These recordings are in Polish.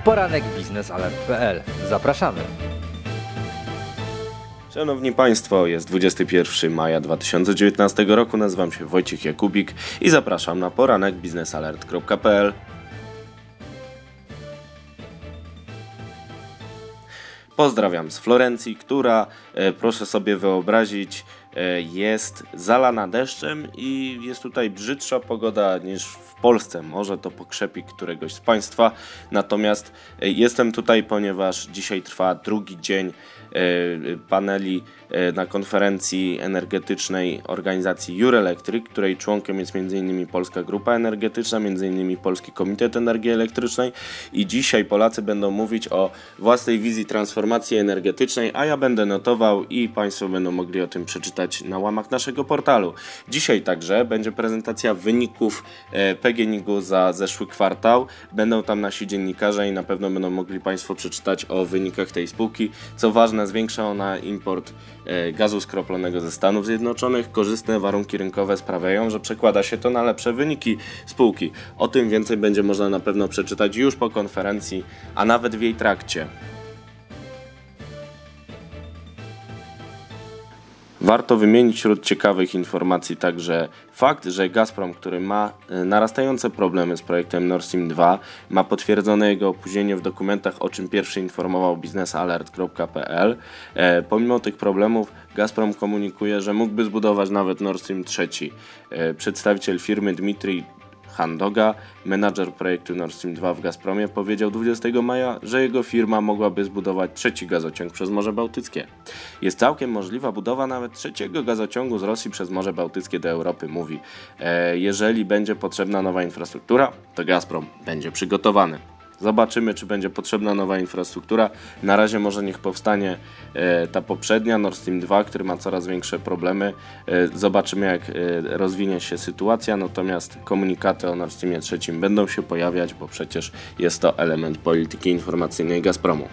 Poranek biznesalert.pl. Zapraszamy. Szanowni Państwo, jest 21 maja 2019 roku, nazywam się Wojciech Jakubik i zapraszam na poranek biznesalert.pl. Pozdrawiam z Florencji, która, proszę sobie wyobrazić, jest zalana deszczem i jest tutaj brzydsza pogoda niż w Polsce. Może to pokrzepi któregoś z Państwa. Natomiast jestem tutaj, ponieważ dzisiaj trwa drugi dzień paneli na konferencji energetycznej organizacji Eurelectric, której członkiem jest m.in. Polska Grupa Energetyczna, m.in. Polski Komitet Energii Elektrycznej i dzisiaj Polacy będą mówić o własnej wizji transformacji energetycznej, a ja będę notował i Państwo będą mogli o tym przeczytać na łamach naszego portalu. Dzisiaj także będzie prezentacja wyników PGNiG-u za zeszły kwartał. Będą tam nasi dziennikarze i na pewno będą mogli Państwo przeczytać o wynikach tej spółki. Co ważne, zwiększa ona import gazu skroplonego ze Stanów Zjednoczonych. Korzystne warunki rynkowe sprawiają, że przekłada się to na lepsze wyniki spółki. O tym więcej będzie można na pewno przeczytać już po konferencji, a nawet w jej trakcie. Warto wymienić wśród ciekawych informacji także fakt, że Gazprom, który ma narastające problemy z projektem Nord Stream 2, ma potwierdzone jego opóźnienie w dokumentach, o czym pierwszy informował biznesalert.pl. Pomimo tych problemów Gazprom komunikuje, że mógłby zbudować nawet Nord Stream 3. Przedstawiciel firmy Dmitrij Handoga, menadżer projektu Nord Stream 2 w Gazpromie, powiedział 20 maja, że jego firma mogłaby zbudować trzeci gazociąg przez Morze Bałtyckie. Jest całkiem możliwa budowa nawet trzeciego gazociągu z Rosji przez Morze Bałtyckie do Europy, mówi. Jeżeli będzie potrzebna nowa infrastruktura, to Gazprom będzie przygotowany. Zobaczymy, czy będzie potrzebna nowa infrastruktura. Na razie może niech powstanie ta poprzednia, Nord Stream 2, który ma coraz większe problemy. Zobaczymy, jak rozwinie się sytuacja, natomiast komunikaty o Nord Streamie 3 będą się pojawiać, bo przecież jest to element polityki informacyjnej Gazpromu.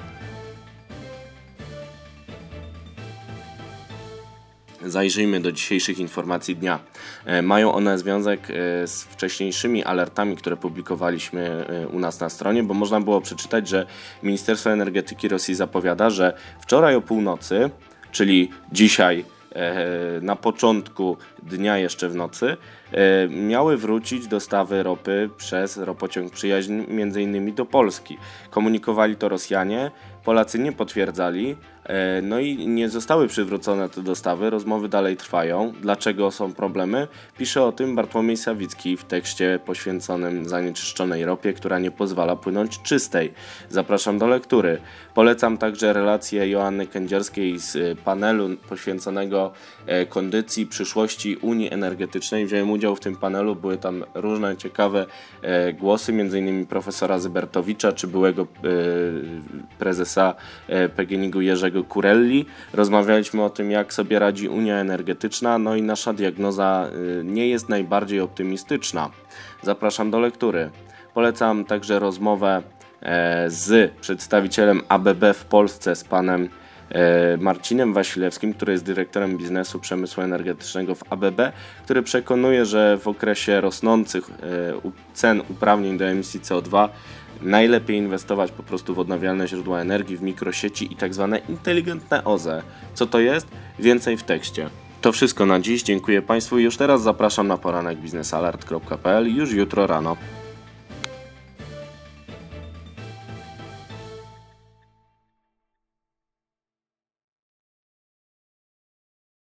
Zajrzyjmy do dzisiejszych informacji dnia. Mają one związek z wcześniejszymi alertami, które publikowaliśmy u nas na stronie, bo można było przeczytać, że Ministerstwo Energetyki Rosji zapowiada, że wczoraj o północy, czyli dzisiaj na początku dnia jeszcze w nocy, miały wrócić dostawy ropy przez ropociąg Przyjaźń m.in. do Polski. Komunikowali to Rosjanie, Polacy nie potwierdzali, no i nie zostały przywrócone te dostawy, rozmowy dalej trwają. Dlaczego są problemy? Pisze o tym Bartłomiej Sawicki w tekście poświęconym zanieczyszczonej ropie, która nie pozwala płynąć czystej. Zapraszam do lektury. Polecam także relację Joanny Kędzierskiej z panelu poświęconego kondycji przyszłości Unii Energetycznej. Wziąłem udział w tym panelu, były tam różne ciekawe głosy, m.in. profesora Zybertowicza czy byłego prezesa PGNiG-u Jerzego Kurelli. Rozmawialiśmy o tym, jak sobie radzi Unia Energetyczna, no i nasza diagnoza nie jest najbardziej optymistyczna. Zapraszam do lektury. Polecam także rozmowę z przedstawicielem ABB w Polsce, z panem Marcinem Wasilewskim, który jest dyrektorem biznesu przemysłu energetycznego w ABB, który przekonuje, że w okresie rosnących cen uprawnień do emisji CO2 najlepiej inwestować po prostu w odnawialne źródła energii, w mikrosieci i tak zwane inteligentne OZE. Co to jest? Więcej w tekście. To wszystko na dziś. Dziękuję Państwu i już teraz zapraszam na poranek biznesalert.pl już jutro rano.